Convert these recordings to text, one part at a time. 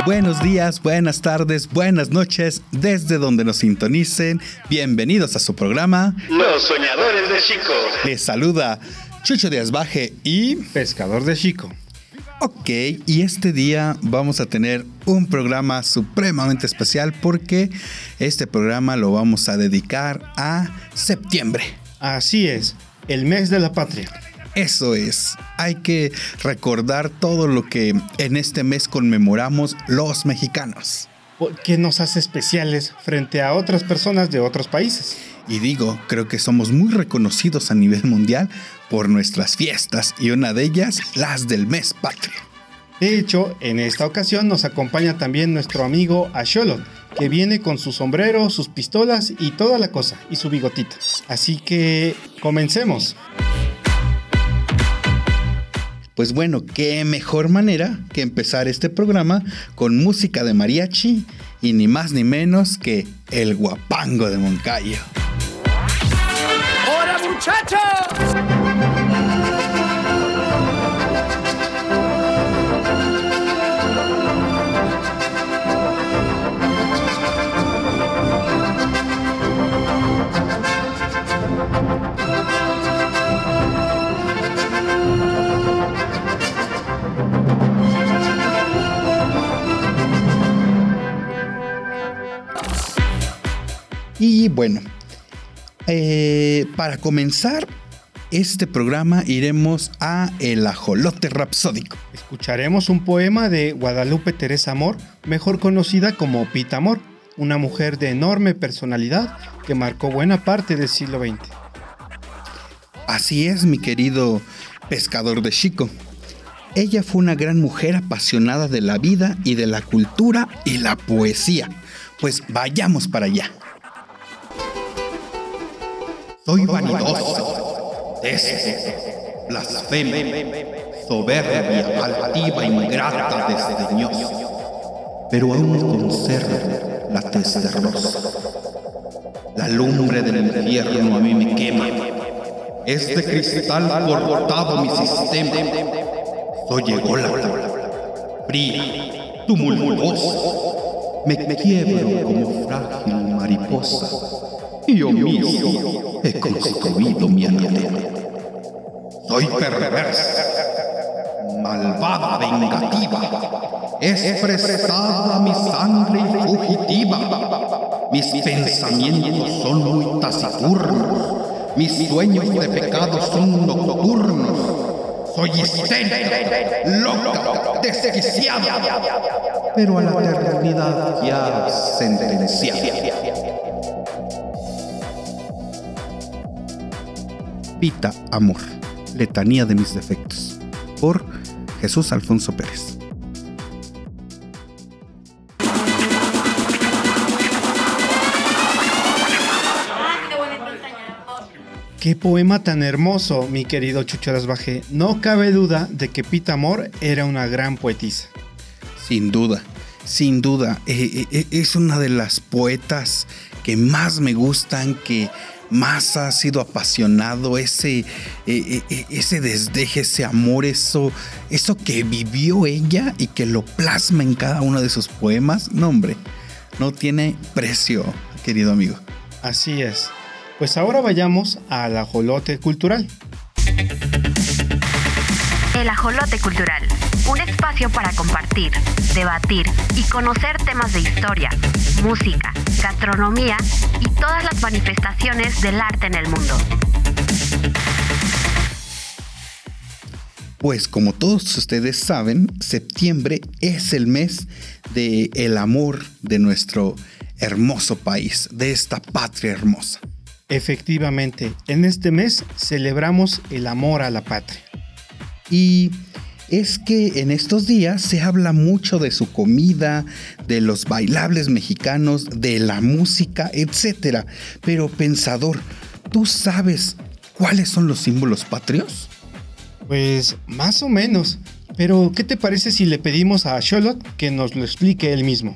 buenos días, buenas tardes, buenas noches, desde donde nos sintonicen. Bienvenidos a su programa Los Soñadores de Chico. Les saluda Chucho Díaz Baje y Pescador de Chico. Ok, y este día vamos a tener un programa supremamente especial porque este programa lo vamos a dedicar a septiembre. Así es, el mes de la patria. Eso es, hay que recordar todo lo que en este mes conmemoramos los mexicanos. ¿Qué nos hace especiales frente a otras personas de otros países? Y digo, creo que somos muy reconocidos a nivel mundial por nuestras fiestas y una de ellas, las del mes patrio. De hecho, en esta ocasión nos acompaña también nuestro amigo Axolotl, que viene con su sombrero, sus pistolas y toda la cosa, y su bigotita. Así que, comencemos. Pues bueno, qué mejor manera que empezar este programa con música de mariachi y ni más ni menos que el Guapango de Moncayo. ¡Hola, muchachos! Y bueno, para comenzar este programa iremos a El Ajolote Rapsódico. Escucharemos un poema de Guadalupe Teresa Amor, mejor conocida como Pita Amor, una mujer de enorme personalidad que marcó buena parte del siglo XX. Así es, mi querido pescador de Chico. Ella fue una gran mujer apasionada de la vida y de la cultura y la poesía. Pues vayamos para allá. Soy vanidoso, teso, blasfemo, soberbia, altiva, ingrata, desdeñoso, pero aún conservo la tez de rosa. La lumbre del infierno a mí me quema. Es de cristal cortado mi sistema. Soy ególatra, fría, tumultuosa. Me quiebro como frágil mariposa. Y yo mismo he construido mi anatema. Soy perversa, malvada, vengativa. Es fresada mi sangre y fugitiva. Mis pensamientos son muy taciturnos. Mis sueños de pecado son nocturnos. Soy histérica, loca, desquiciada, pero a la eternidad ya sentenciada. Pita Amor, letanía de mis defectos, por Jesús Alfonso Pérez. ¡Qué poema tan hermoso, mi querido Chucho Díaz Baje! No cabe duda de que Pita Amor era una gran poetisa. Sin duda, es una de las poetas que más me gustan, que más ha sido apasionado, ese desdeje, ese amor, eso que vivió ella y que lo plasma en cada uno de sus poemas. No, hombre, no tiene precio, querido amigo. Así es. Pues ahora vayamos al Ajolote Cultural. El Ajolote Cultural, un espacio para compartir, debatir y conocer temas de historia, música, gastronomía y todas las manifestaciones del arte en el mundo. Pues como todos ustedes saben, septiembre es el mes del amor de nuestro hermoso país, de esta patria hermosa. Efectivamente, en este mes celebramos el amor a la patria. Y es que en estos días se habla mucho de su comida, de los bailables mexicanos, de la música, etc. Pero pensador, ¿tú sabes cuáles son los símbolos patrios? Pues más o menos. Pero ¿qué te parece si le pedimos a Axolotl que nos lo explique él mismo?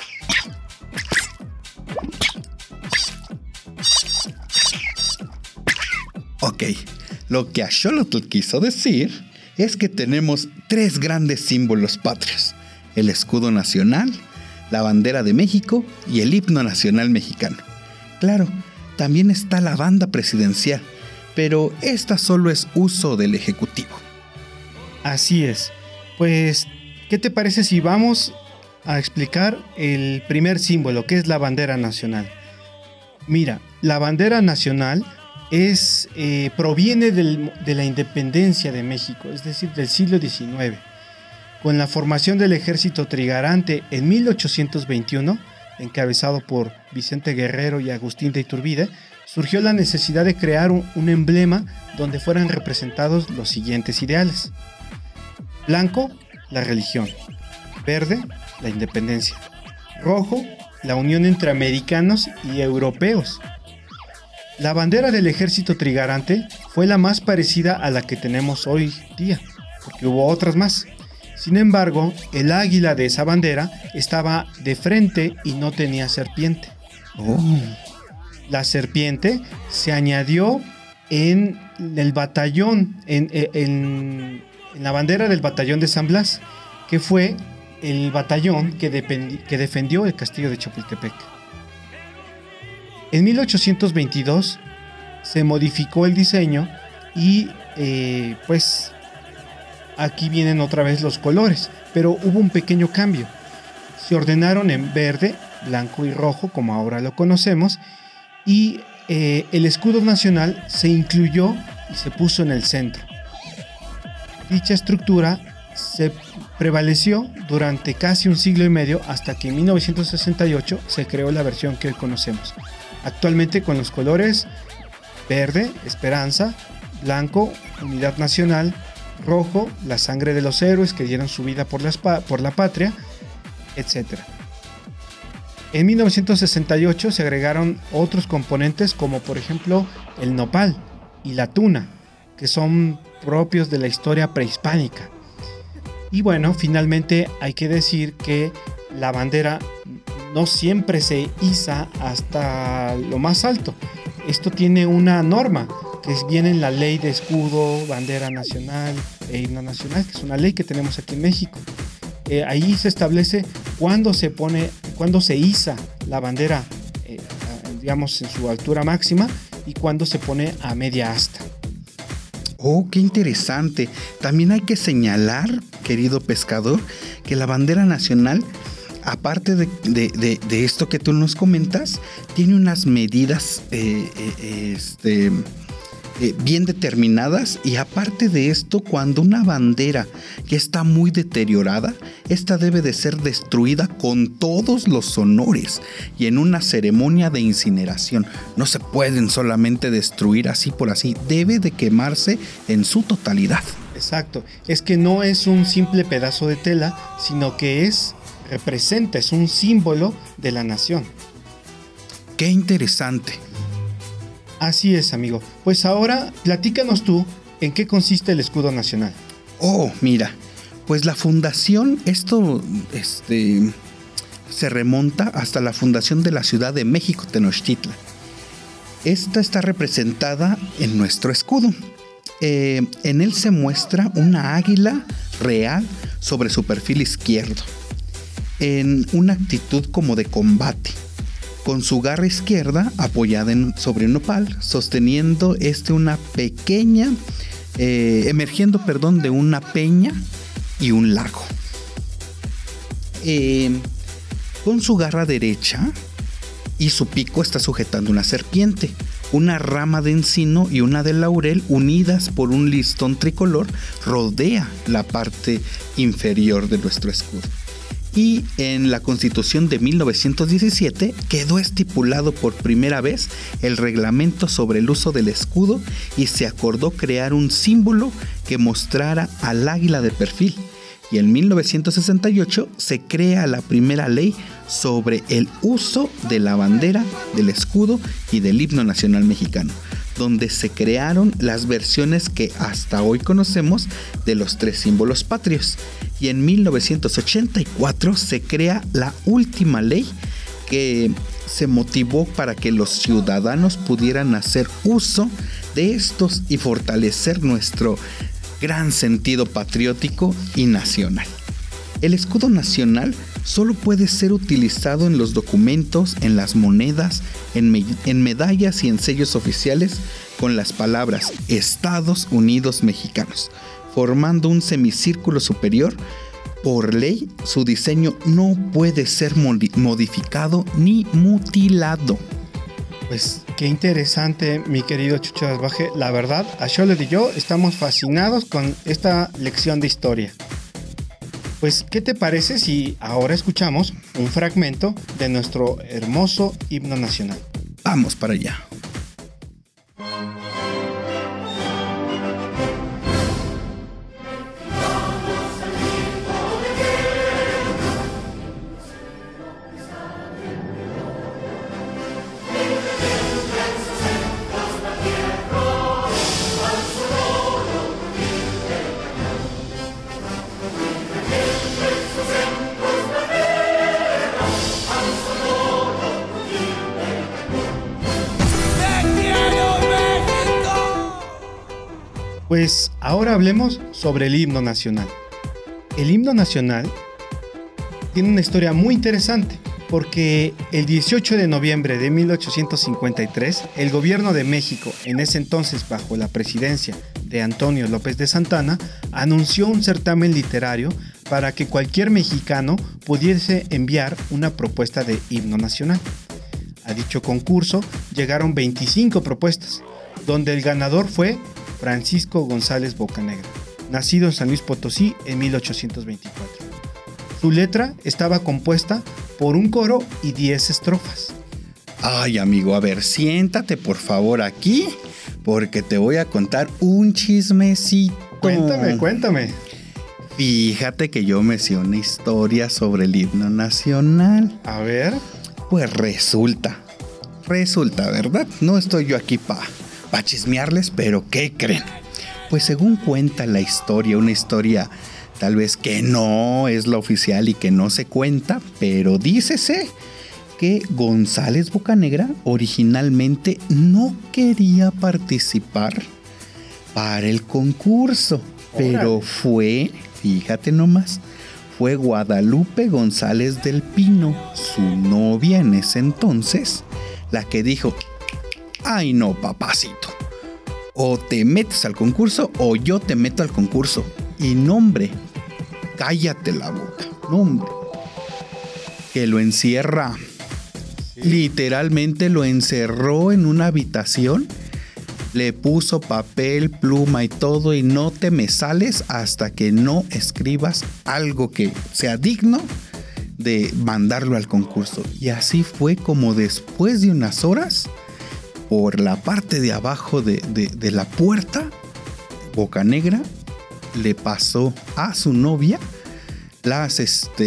Ok, lo que Axolotl quiso decir es que tenemos tres grandes símbolos patrios. el escudo nacional, la bandera de México y el himno nacional mexicano. Claro, también está la banda presidencial, pero esta solo es uso del Ejecutivo. Así es. Pues, ¿qué te parece si vamos a explicar el primer símbolo, que es la bandera nacional? Mira, la bandera nacional proviene de la independencia de México, es decir, del siglo XIX. Con la formación del ejército trigarante en 1821, encabezado por Vicente Guerrero y Agustín de Iturbide, surgió la necesidad de crear un emblema donde fueran representados los siguientes ideales. Blanco, la religión. Verde, la independencia. Rojo, la unión entre americanos y europeos. La bandera del ejército trigarante fue la más parecida a la que tenemos hoy día, porque hubo otras más. Sin embargo, el águila de esa bandera estaba de frente y no tenía serpiente. La serpiente se añadió en el batallón, en la bandera del batallón de San Blas, que fue el batallón que defendió el castillo de Chapultepec. En 1822 se modificó el diseño y pues aquí vienen otra vez los colores, pero hubo un pequeño cambio. Se ordenaron en verde, blanco y rojo, como ahora lo conocemos, y el escudo nacional se incluyó y se puso en el centro. Dicha estructura se prevaleció durante casi un siglo y medio hasta que en 1968 se creó la versión que hoy conocemos. Actualmente con los colores verde, esperanza, blanco, unidad nacional, rojo, la sangre de los héroes que dieron su vida por la patria, etc. En 1968 se agregaron otros componentes como por ejemplo el nopal y la tuna, que son propios de la historia prehispánica. Y bueno, finalmente hay que decir que la bandera no siempre se iza hasta lo más alto. Esto tiene una norma, que viene en la ley de escudo, bandera nacional e himno nacional, que es una ley que tenemos aquí en México. Ahí se establece cuándo se iza la bandera, digamos, en su altura máxima y cuándo se pone a media asta. Oh, qué interesante. También hay que señalar, querido pescador, que la bandera nacional, aparte de esto que tú nos comentas, tiene unas medidas bien determinadas, y aparte de esto, cuando una bandera que está muy deteriorada, esta debe de ser destruida con todos los honores y en una ceremonia de incineración. No se pueden solamente destruir así por así, debe de quemarse en su totalidad. Exacto, es que no es un simple pedazo de tela, sino que es un símbolo de la nación. Qué interesante. Así es, amigo. Pues ahora platícanos tú en qué consiste el escudo nacional. Oh, mira, pues la fundación, se remonta hasta la fundación de la Ciudad de México, Tenochtitlan. Esta está representada en nuestro escudo. En él se muestra una águila real sobre su perfil izquierdo, en una actitud como de combate, con su garra izquierda apoyada sobre un nopal, sosteniendo una pequeña, emergiendo de una peña y un lago. Con su garra derecha y su pico está sujetando una serpiente, una rama de encino y una de laurel unidas por un listón tricolor rodea la parte inferior de nuestro escudo. Y en la Constitución de 1917 quedó estipulado por primera vez el reglamento sobre el uso del escudo y se acordó crear un símbolo que mostrara al águila de perfil. Y en 1968 se crea la primera ley sobre el uso de la bandera, del escudo y del himno nacional mexicano, donde se crearon las versiones que hasta hoy conocemos de los tres símbolos patrios. Y en 1984 se crea la última ley que se motivó para que los ciudadanos pudieran hacer uso de estos y fortalecer nuestro gran sentido patriótico y nacional. El escudo nacional solo puede ser utilizado en los documentos, en las monedas, en medallas y en sellos oficiales con las palabras Estados Unidos Mexicanos, formando un semicírculo superior. Por ley, su diseño no puede ser modificado ni mutilado. Pues qué interesante, mi querido Chucho Salvaje. La verdad, a Xolotl y yo estamos fascinados con esta lección de historia. Pues, ¿qué te parece si ahora escuchamos un fragmento de nuestro hermoso himno nacional? Vamos para allá. Pues ahora hablemos sobre el himno nacional. El himno nacional tiene una historia muy interesante porque el 18 de noviembre de 1853 el gobierno de México, en ese entonces bajo la presidencia de Antonio López de Santana, anunció un certamen literario para que cualquier mexicano pudiese enviar una propuesta de himno nacional. A dicho concurso llegaron 25 propuestas, donde el ganador fue Francisco González Bocanegra, nacido en San Luis Potosí en 1824. Su letra estaba compuesta por un coro y 10 estrofas. Ay, amigo, a ver, siéntate por favor aquí, porque te voy a contar un chismecito. Cuéntame. Fíjate que yo me sé una historia sobre el himno nacional. A ver. Pues resulta, ¿verdad? No estoy yo aquí para chismearles, pero ¿qué creen? Pues según cuenta la historia, una historia tal vez que no es la oficial y que no se cuenta, pero dícese que González Bocanegra originalmente no quería participar para el concurso, pero fíjate nomás, fue Guadalupe González del Pino, su novia en ese entonces, la que dijo: ay no, papacito, o te metes al concurso o yo te meto al concurso. Y no, hombre, cállate la boca, no, hombre, que lo encierra. Sí. Literalmente lo encerró en una habitación, le puso papel, pluma y todo, y no te me sales hasta que no escribas algo que sea digno de mandarlo al concurso. Y así fue como después de unas horas, por la parte de abajo de la puerta, Bocanegra le pasó a su novia las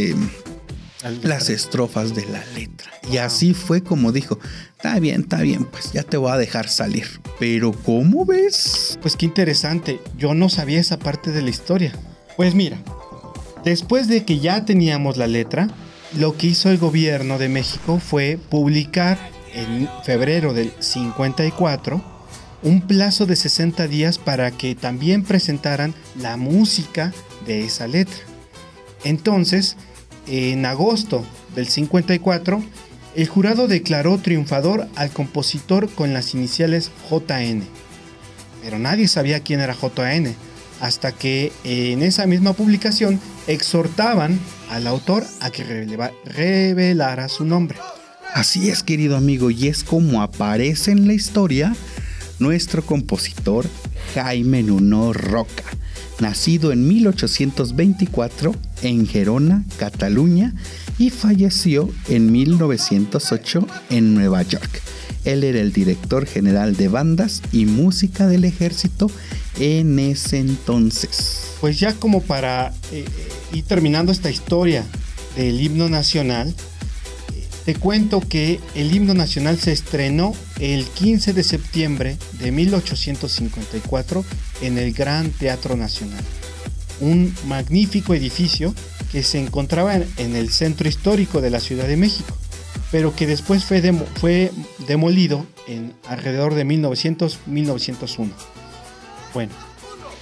estrofas de la letra. Y así fue como dijo: está bien, pues ya te voy a dejar salir. Pero ¿cómo ves? Pues qué interesante, yo no sabía esa parte de la historia. Pues mira, después de que ya teníamos la letra, lo que hizo el gobierno de México fue publicar en febrero del 54 un plazo de 60 días para que también presentaran la música de esa letra. Entonces, en agosto del 54, el jurado declaró triunfador al compositor con las iniciales JN. Pero nadie sabía quién era JN, hasta que en esa misma publicación exhortaban al autor a que revelara su nombre. Así es, querido amigo, y es como aparece en la historia nuestro compositor Jaime Nuno Roca, nacido en 1824 en Gerona, Cataluña, y falleció en 1908 en Nueva York. Él era el director general de bandas y música del ejército en ese entonces. Pues ya como para ir terminando esta historia del himno nacional, te cuento que el himno nacional se estrenó el 15 de septiembre de 1854 en el Gran Teatro Nacional, un magnífico edificio que se encontraba en el centro histórico de la Ciudad de México, pero que después fue demolido en alrededor de 1900-1901. Bueno,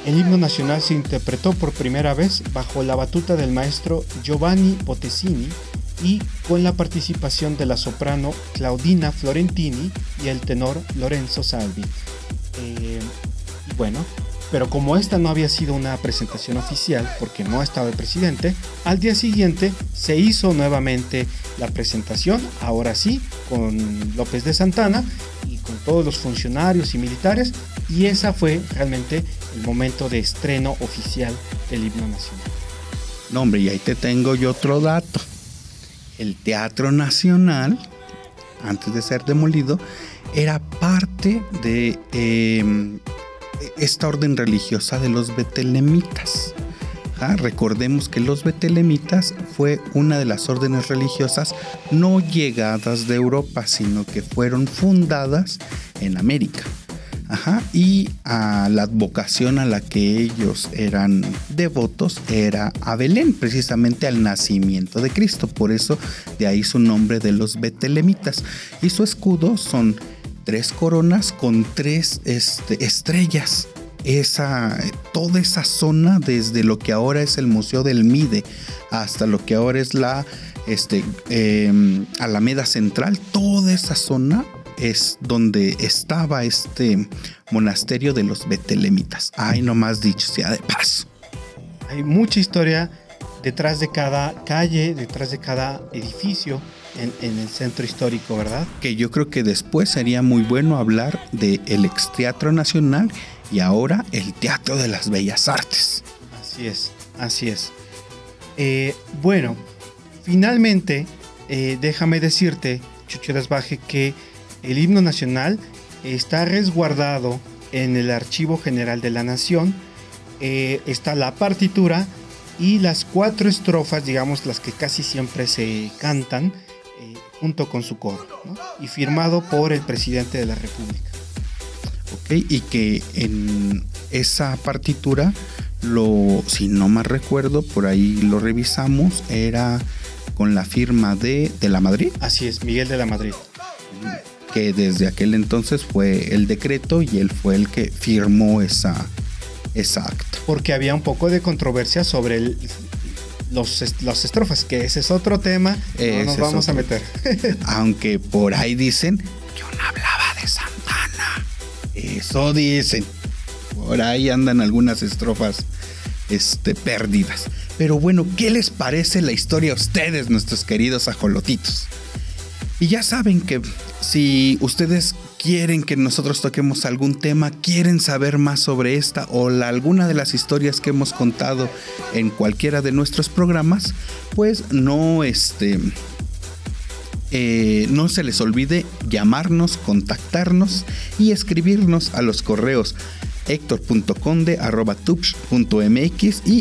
El himno nacional se interpretó por primera vez bajo la batuta del maestro Giovanni Bottesini y con la participación de la soprano Claudina Florentini y el tenor Lorenzo Salvi. Bueno, pero como esta no había sido una presentación oficial porque no estaba el presidente, al día siguiente se hizo nuevamente la presentación, ahora sí, con López de Santana y con todos los funcionarios y militares, y esa fue realmente el momento de estreno oficial del himno nacional. No, hombre, y ahí te tengo yo otro dato. El Teatro Nacional, antes de ser demolido, era parte de esta orden religiosa de los betlemitas. Recordemos que los betlemitas fue una de las órdenes religiosas no llegadas de Europa, sino que fueron fundadas en América. Y la advocación a la que ellos eran devotos era a Belén, precisamente al nacimiento de Cristo. Por eso de ahí su nombre de los betlemitas. Y su escudo son 3 coronas con 3 estrellas. Toda esa zona, desde lo que ahora es el Museo del Mide hasta lo que ahora es la Alameda Central, toda esa zona es donde estaba este monasterio de los betlemitas. Ay, nomás dicho sea de paso. Hay mucha historia detrás de cada calle, detrás de cada edificio en el centro histórico, ¿verdad? Que yo creo que después sería muy bueno hablar del ex Teatro Nacional y ahora el Teatro de las Bellas Artes. Así es. Bueno, finalmente, déjame decirte, Chucho Desbaje, que el himno nacional está resguardado en el Archivo General de la Nación. Está la partitura y las 4 estrofas, digamos, las que casi siempre se cantan, junto con su coro, ¿no? Y firmado por el presidente de la República. Ok, y que en esa partitura, si no mal recuerdo, por ahí lo revisamos, era con la firma de la Madrid. Así es, Miguel de la Madrid. Que desde aquel entonces fue el decreto y él fue el que firmó esa acta. Porque había un poco de controversia sobre las estrofas, que ese es otro tema, no nos vamos a meter. Aunque por ahí dicen, yo no hablaba de Santana. Eso dicen. Por ahí andan algunas estrofas perdidas. Pero bueno, ¿qué les parece la historia a ustedes, nuestros queridos ajolotitos? Y ya saben que si ustedes quieren que nosotros toquemos algún tema, quieren saber más sobre esta o alguna de las historias que hemos contado en cualquiera de nuestros programas, pues no se les olvide llamarnos, contactarnos y escribirnos a los correos hector.conde@tupsh.mx y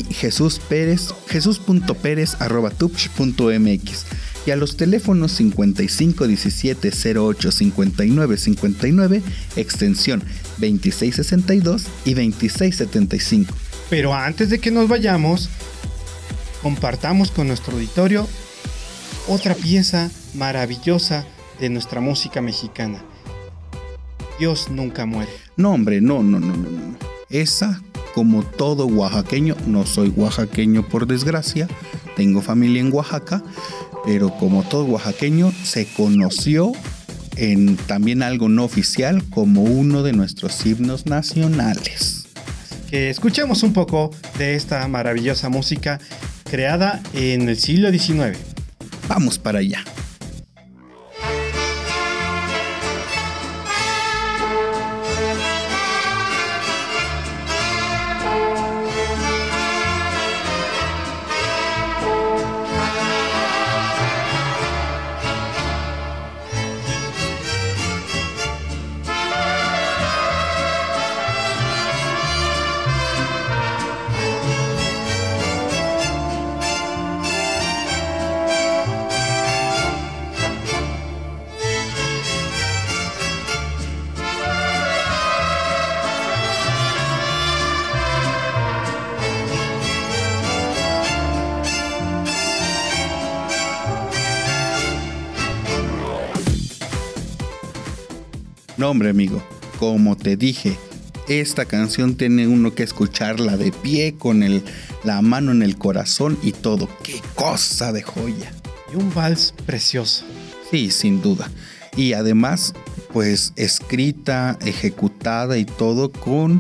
jesus.perez@tupsh.mx. Y a los teléfonos 55 17 08 59 59, extensión 2662 y 2675. Pero antes de que nos vayamos, compartamos con nuestro auditorio otra pieza maravillosa de nuestra música mexicana. Dios nunca muere. No, hombre, no. Esa, como todo oaxaqueño, no soy oaxaqueño por desgracia, tengo familia en Oaxaca, pero como todo oaxaqueño se conoció en también algo no oficial como uno de nuestros himnos nacionales. Que escuchemos un poco de esta maravillosa música creada en el siglo XIX. Vamos para allá. No, hombre, amigo, como te dije, esta canción tiene uno que escucharla de pie, con la mano en el corazón y todo. ¡Qué cosa de joya! Y un vals precioso. Sí, sin duda. Y además, pues escrita, ejecutada y todo con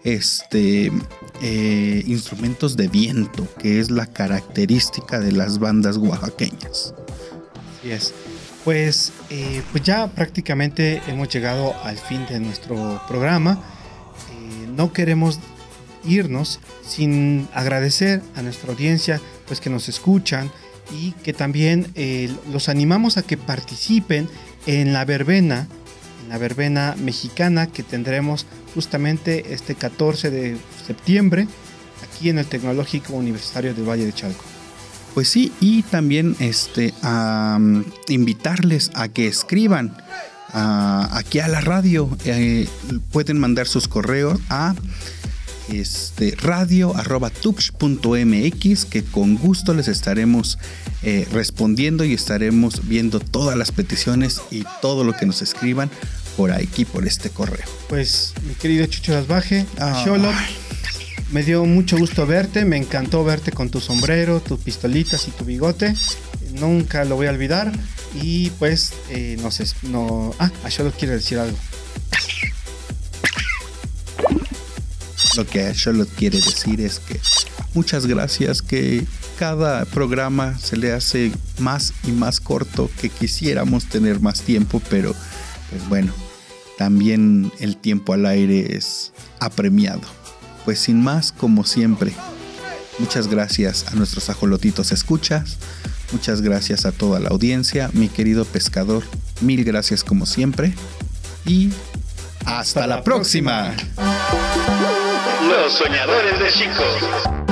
instrumentos de viento, que es la característica de las bandas oaxaqueñas. Así es. Pues ya prácticamente hemos llegado al fin de nuestro programa. No queremos irnos sin agradecer a nuestra audiencia, pues que nos escuchan, y que también los animamos a que participen en la verbena mexicana que tendremos justamente este 14 de septiembre aquí en el Tecnológico Universitario del Valle de Chalco. Pues sí, y también a invitarles a que escriban aquí a la radio. Pueden mandar sus correos a radio@tupsh.mx, que con gusto les estaremos respondiendo y estaremos viendo todas las peticiones y todo lo que nos escriban por aquí, por este correo. Pues mi querido Chucho Lasbaje, Xolotl, me dio mucho gusto verte, me encantó verte con tu sombrero, tus pistolitas y tu bigote, nunca lo voy a olvidar. Y pues a Xolotl quiere decir algo. Lo que Xolotl quiere decir es que muchas gracias, que cada programa se le hace más y más corto, que quisiéramos tener más tiempo, pero pues bueno, también el tiempo al aire es apremiado. Pues sin más, como siempre, muchas gracias a nuestros ajolotitos escuchas, muchas gracias a toda la audiencia, mi querido pescador, mil gracias como siempre y hasta la próxima. Los soñadores de Chico.